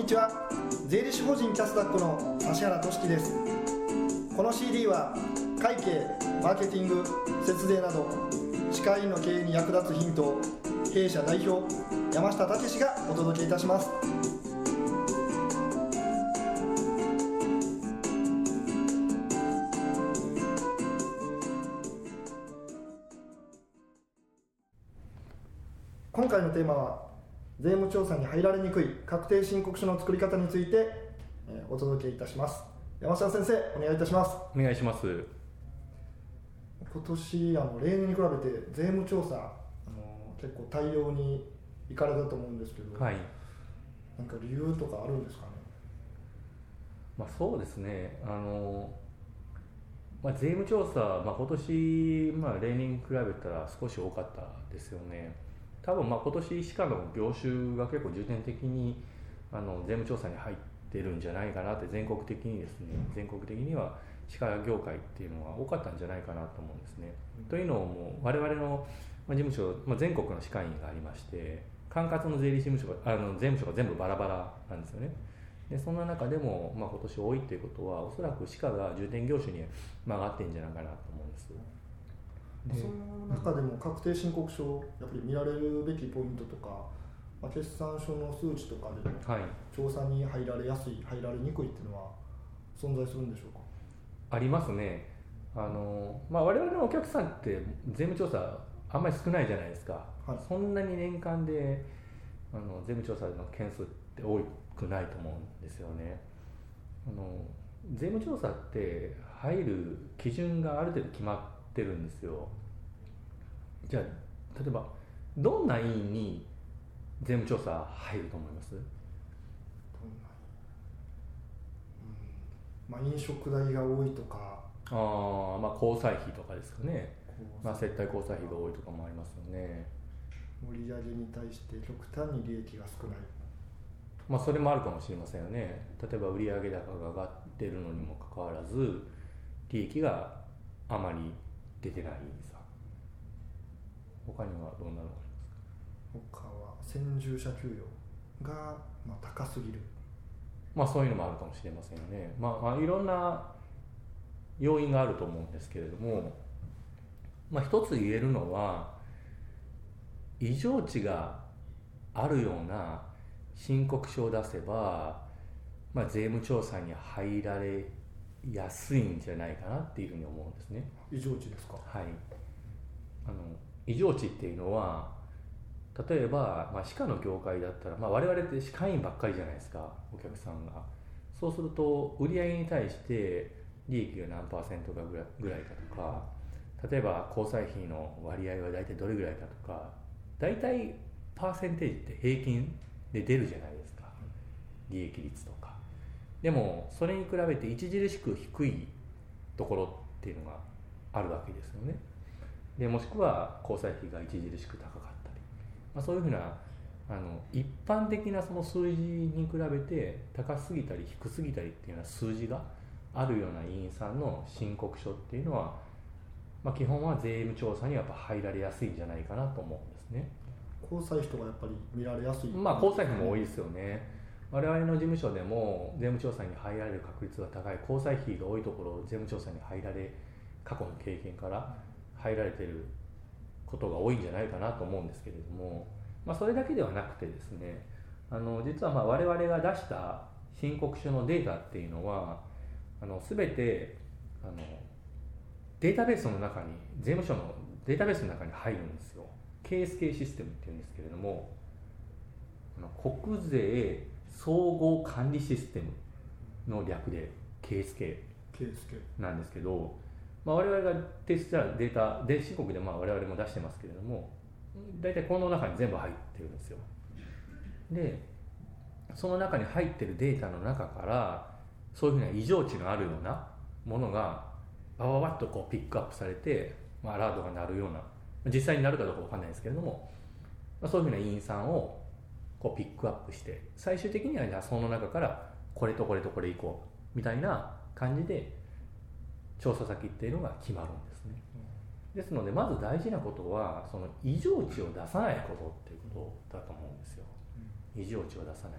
にちは。税理士法人キャスダックの指原俊樹です。この CD は会計、マーケティング、節税など歯科医院の経営に役立つヒントを弊社代表山下武がお届けいたします。今回のテーマは税務調査に入られにくい確定申告書の作り方についてお届けいたします。山下先生、お願いいたします。 お願いします。 今年例年に比べて税務調査結構大量に行かれたと思うんですけど、 はい、 なんか理由とかあるんですかね。 そうですね、税務調査、今年、例年に比べたら少し多かったですよね。多分今年歯科の業種が結構重点的に税務調査に入ってるんじゃないかなって、全国的にですね、全国的には歯科業界っていうのは多かったんじゃないかなと思うんですね。というのも我々の事務所、全国の歯科医院がありまして、管轄の税理士事務所が税務署が全部バラバラなんですよね。でそんな中でも、今年多いということは、おそらく歯科が重点業種に上がってんじゃないかなと思うんです。 その中でも確定申告書、やっぱり見られるべきポイントとか、決算書の数値とかでも、調査に入られやすい、入られにくいっていうのは存在するんでしょうか。ありますね。我々のお客さんって税務調査あんまり少ないじゃないですか、そんなに年間で税務調査の件数って多くないと思うんですよね。税務調査って入る基準がある程度決まってるんですよ。じゃあ例えばどんな医院に税務調査入ると思います？ 飲食代が多いとか、 交際費とかですかね。接待交際費が多いとかもありますよね。 売上に対して極端に利益が少ない、 それもあるかもしれませんよね。例えば売上高が上がってるのにもかかわらず利益があまり出てないさ。他にはどんなのがありますか？ 他は先住者給与が高すぎる、 そういうのもあるかもしれませんよね。いろんな要因があると思うんですけれども、一つ言えるのは、異常値があるような申告書を出せば、税務調査に入られやすいんじゃないかなっていうふうに思うんですね。 異常値ですか？ はい。異常値っていうのは、例えば、歯科の業界だったら、我々って歯科医院ばっかりじゃないですか、お客さんが。そうすると売上に対して利益が何%かぐらいかとか、例えば交際費の割合は大体どれぐらいかとか、大体パーセンテージって平均で出るじゃないですか、利益率とか。でもそれに比べて著しく低いところっていうのがあるわけですよね。でもしくは交際費が著しく高かったり、そういうふうな一般的なその数字に比べて高すぎたり低すぎたりっていうような数字があるような医院さんの申告書っていうのは、基本は税務調査にはやっぱ入られやすいんじゃないかなと思うんですね。 交際費とかやっぱり見られやすい、 交際費も多いですよね。我々の事務所でも税務調査に入られる確率が高い、交際費が多いところを税務調査に入られ、過去の経験から入られていることが多いんじゃないかなと思うんですけれども、それだけではなくてですね、実は我々が出した申告書のデータっていうのは全てデータベースの中に、税務署のデータベースの中に入るんですよ。KSK システムっていうんですけれども、国税総合管理システムの略で KSK なんですけど、我々が提出したデータで申告で我々も出してますけれども、大体この中に全部入ってるんですよ。でその中に入ってるデータの中からそういうふうな異常値のあるようなものがバババッとピックアップされて、アラートが鳴るような、実際になるかどうかわかんないですけれども、そういうふうな委員さんをピックアップして、最終的にはじゃあその中からこれとこれとこれいこうみたいな感じで調査先っていうのが決まるんですね。ですのでまず大事なことはその異常値を出さないことっていうことだと思うんですよ。異常値を出さないこ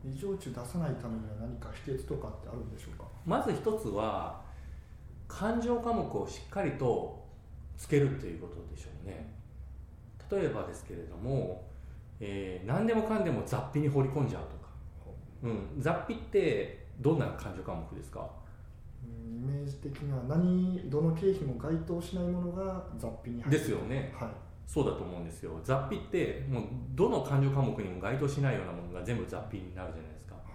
異常値出さないためには何か秘訣とかってあるんでしょうか。 まず一つは勘定科目をしっかりとつけるということでしょうね。例えばですけれども、何でもかんでも雑費に放り込んじゃうとか、雑費ってどんな勘定科目ですか？ イメージ的にはどの経費も該当しないものが雑費に入るですよね。 はい、 そうだと思うんですよ。雑費ってもうどの勘定科目にも該当しないようなものが全部雑費になるじゃないですか。 はい、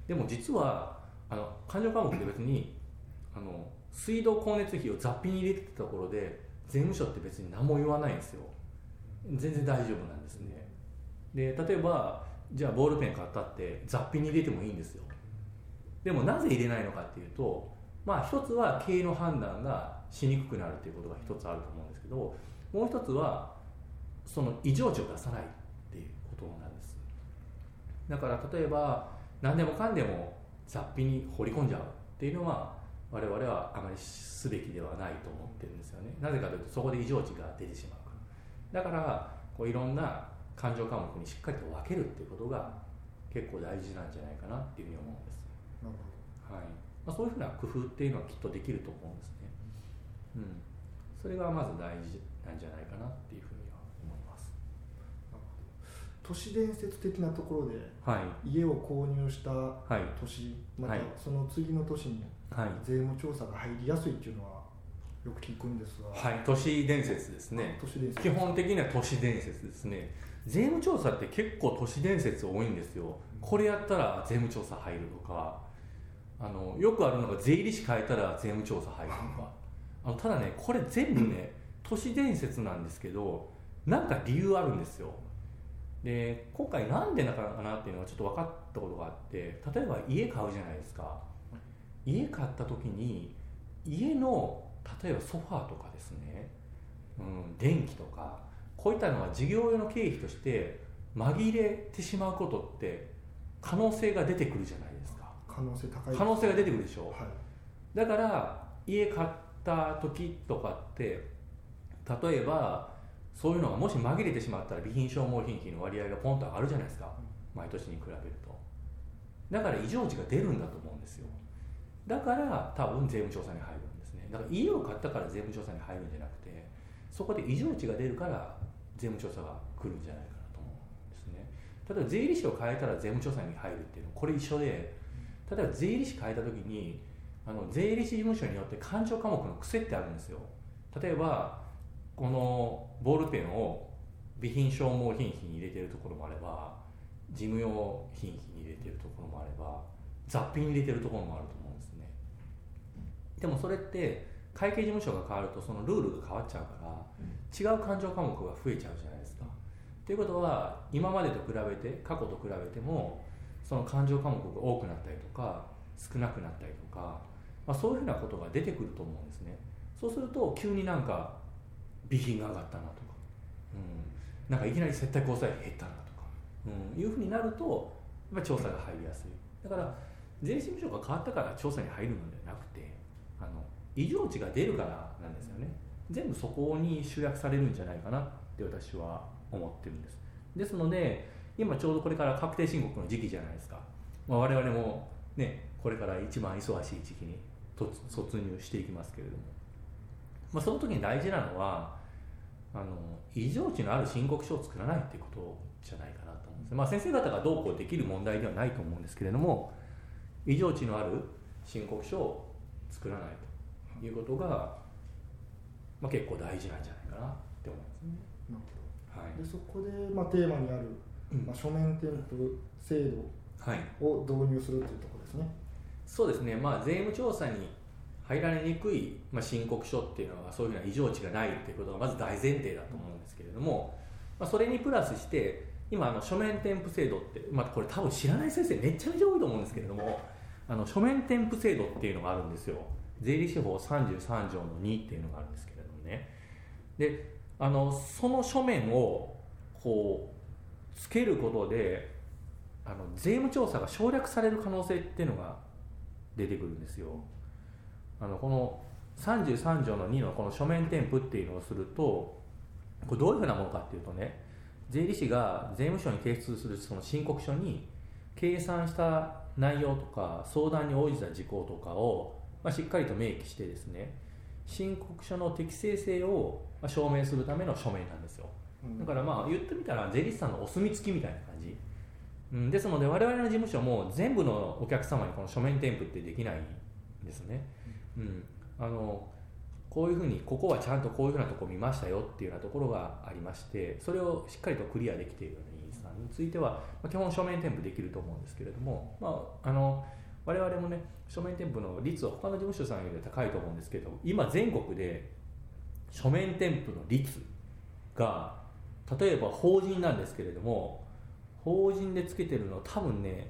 でも実は勘定科目って別に水道光熱費を雑費に入れてたところで税務署って別に何も言わないんですよ。全然大丈夫なんですね。で例えばじゃあボールペン買ったって雑費に入れてもいいんですよ。でもなぜ入れないのかっていうと、一つは経営の判断がしにくくなるということが一つあると思うんですけど、もう一つはその異常値を出さないっていうことなんです。だから例えば何でもかんでも雑費に放り込んじゃうっていうのは我々はあまりすべきではないと思ってるんですよね。なぜかというとそこで異常値が出てしまうから。だからいろんな勘定科目にしっかりと分けるっていうことが結構大事なんじゃないかなっていうふうに思うんです。 なるほど。 はい。そういうふうな工夫っていうのはきっとできると思うんですね。それがまず大事なんじゃないかなっていうふうには思います。 なるほど。都市伝説的なところで、家を購入した年、またその次の年に税務調査が入りやすいっていうのはよく聞くんですが、 都市伝説ですね。基本的には都市伝説ですね。税務調査って結構都市伝説多いんですよ。これやったら税務調査入るとか、よくあるのが税理士変えたら税務調査入るとか、ただねこれ全部ね都市伝説なんですけど、なんか理由あるんですよ。で今回なんでなのかなっていうのがちょっと分かったことがあって、例えば家買うじゃないですか。家買った時に家の例えばソファーとかですね、電気とかこういったのは事業用の経費として紛れてしまうことって可能性が出てくるじゃないですか。 可能性高い。 可能性が出てくるでしょ、 はい、 だから家買った時とかって例えばそういうのがもし紛れてしまったら備品消耗品費の割合がポンと上がるじゃないですか、毎年に比べると。だから異常値が出るんだと思うんですよ。だから多分税務調査に入るんですね。だから家を買ったから税務調査に入るんじゃなくて、そこで異常値が出るから税務調査が来るんじゃないかなと思うんですね。例えば税理士を変えたら税務調査に入るっていうのはこれ一緒で、例えば税理士変えた時に税理士事務所によって勘定科目の癖ってあるんですよ。例えばこのボールペンを備品消耗品費に入れているところもあれば、事務用品費に入れているところもあれば、雑費に入れているところもあると思うんですね。でもそれって会計事務所が変わるとそのルールが変わっちゃうから、違う勘定科目が増えちゃうじゃないですか。ということは今までと比べて過去と比べてもその勘定科目が多くなったりとか少なくなったりとか、そういうふうなことが出てくると思うんですね。そうすると急になんか備品が上がったなとか、なんかいきなり接待交際費減ったなとか、いうふうになるとやっぱ調査が入りやすい。だから税理士事務所が変わったから調査に入るのではなくて、異常値が出るからなんですよね。全部そこに集約されるんじゃないかなって私は思ってるんです。ですので今ちょうどこれから確定申告の時期じゃないですか。我々もねこれから一番忙しい時期に突入していきますけれども、その時に大事なのは異常値のある申告書を作らないっていうことじゃないかなと思うんです。先生方がどうこうできる問題ではないと思うんですけれども、異常値のある申告書を作らないということが、結構大事なんじゃないかなって思いますね。 なるほど。でそこで、テーマにある、書面添付制度を導入するというところですね。 そうですね。税務調査に入られにくい、申告書っていうのはそういうふうな異常値がないっていうことがまず大前提だと思うんですけれども、それにプラスして今書面添付制度って、これ多分知らない先生めちゃめちゃ多いと思うんですけれども、書面添付制度っていうのがあるんですよ。税理士法33条の2っていうのがあるんですけれどもね。でその書面をつけることで税務調査が省略される可能性っていうのが出てくるんですよ。この33条の2のこの書面添付っていうのをすると、これどういうふうなものかっていうとね、税理士が税務署に提出するその申告書に計算した内容とか相談に応じた事項とかを、しっかりと明記してですね、申告書の適正性を証明するための書面なんですよ。だから言ってみたら税理士さんのお墨付きみたいな感じ、ですので我々の事務所も全部のお客様にこの書面添付ってできないんですね。こういうふうにここはちゃんとこういうふうなところ見ましたよっていうようなところがありまして、それをしっかりとクリアできているような委員さんについては、基本書面添付できると思うんですけれども、我々もね書面添付の率は他の事務所さんよりは高いと思うんですけど、今全国で書面添付の率が、例えば法人なんですけれども、法人でつけてるの多分ね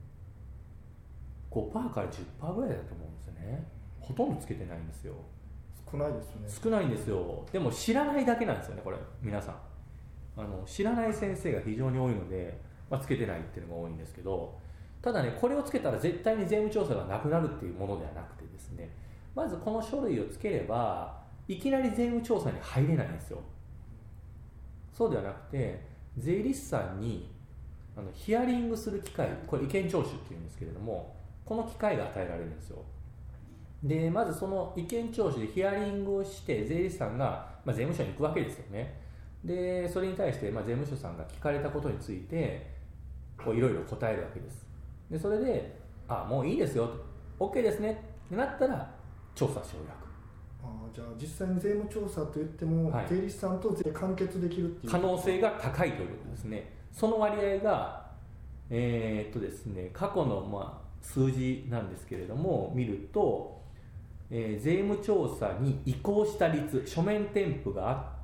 5% から 10% ぐらいだと思うんですよね。ほとんどつけてないんですよ。 少ないですよね。 少ないんですよ。でも知らないだけなんですよね、これ皆さん。知らない先生が非常に多いので、つけてないっていうのが多いんですけど、ただね、これをつけたら絶対に税務調査がなくなるっていうものではなくてですね、まずこの書類をつければいきなり税務調査に入れないんですよ。そうではなくて、税理士さんにヒアリングする機会、これ意見聴取っていうんですけれども、この機会が与えられるんですよ。でまずその意見聴取でヒアリングをして税理士さんが、税務署に行くわけですよね。でそれに対して、税務署さんが聞かれたことについていろいろ答えるわけです。でそれでもういいですよと OK ですねってなったら調査省略。 じゃあ実際に税務調査といっても、税理士さんと完結できるっていう可能性が高いということですね。その割合がですね、過去の数字なんですけれども見ると、税務調査に移行した率、書面添付があって、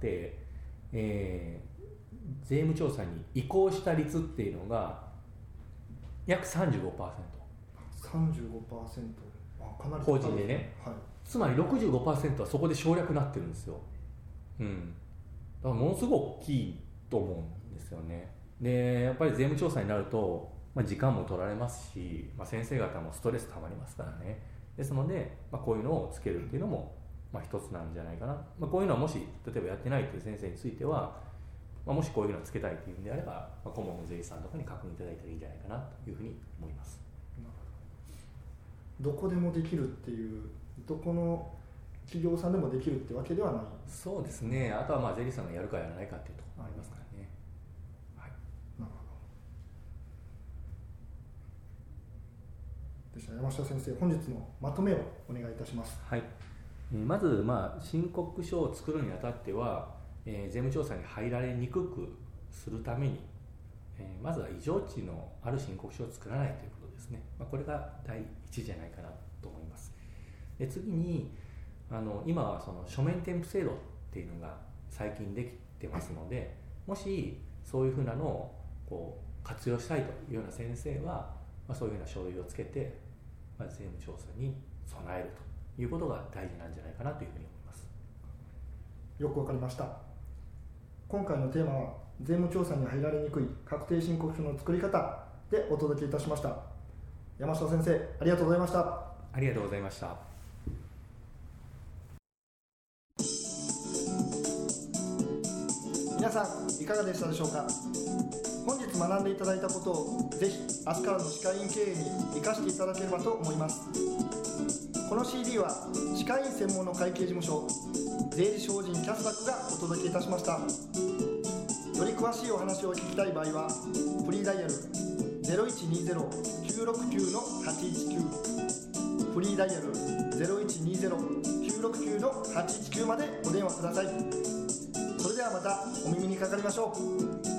税務調査に移行した率っていうのが約 35%。 35%、かなり法人でね、つまり 65% はそこで省略になってるんですよ。だからものすごく大きいと思うんですよね。でやっぱり税務調査になると、時間も取られますし、先生方もストレスたまりますからね。ですので、こういうのをつけるっていうのも一つなんじゃないかな。こういうのはもし例えばやってないという先生については、もしこういうのをつけたいというんであれば、顧問の税理士さんとかに確認いただいたらいいんじゃないかなというふうに思います。 どこでもできるっていう、どこの企業さんでもできるってわけではない。 そうですね。あとは税理士さんがやるかやらないかっていうところがありますからね。 なるほど。でしたら山下先生、本日のまとめをお願いいたします。 まず、申告書を作るにあたっては、税務調査に入られにくくするために、まずは異常値のある申告書を作らないということですね。これが第一じゃないかなと思います。で次に今はその書面添付制度っていうのが最近できてますので、もしそういうふうなのを活用したいというような先生は、そういうふうな書類をつけて、税務調査に備えるということが大事なんじゃないかなというふうに思います。 よくわかりました。今回のテーマは税務調査に入られにくい確定申告書の作り方でお届けいたしました。山下先生、ありがとうございました。 ありがとうございました。 皆さんいかがでしたでしょうか。本日学んでいただいたことをぜひ明日からの歯科医院経営に生かしていただければと思います。この CD は歯科医院専門の会計事務所税理士法人キャスタックがお届けいたしました。より詳しいお話を聞きたい場合はフリーダイヤル 0120-969-819 フリーダイヤル 0120-969-819 までお電話ください。それではまたお耳にかかりましょう。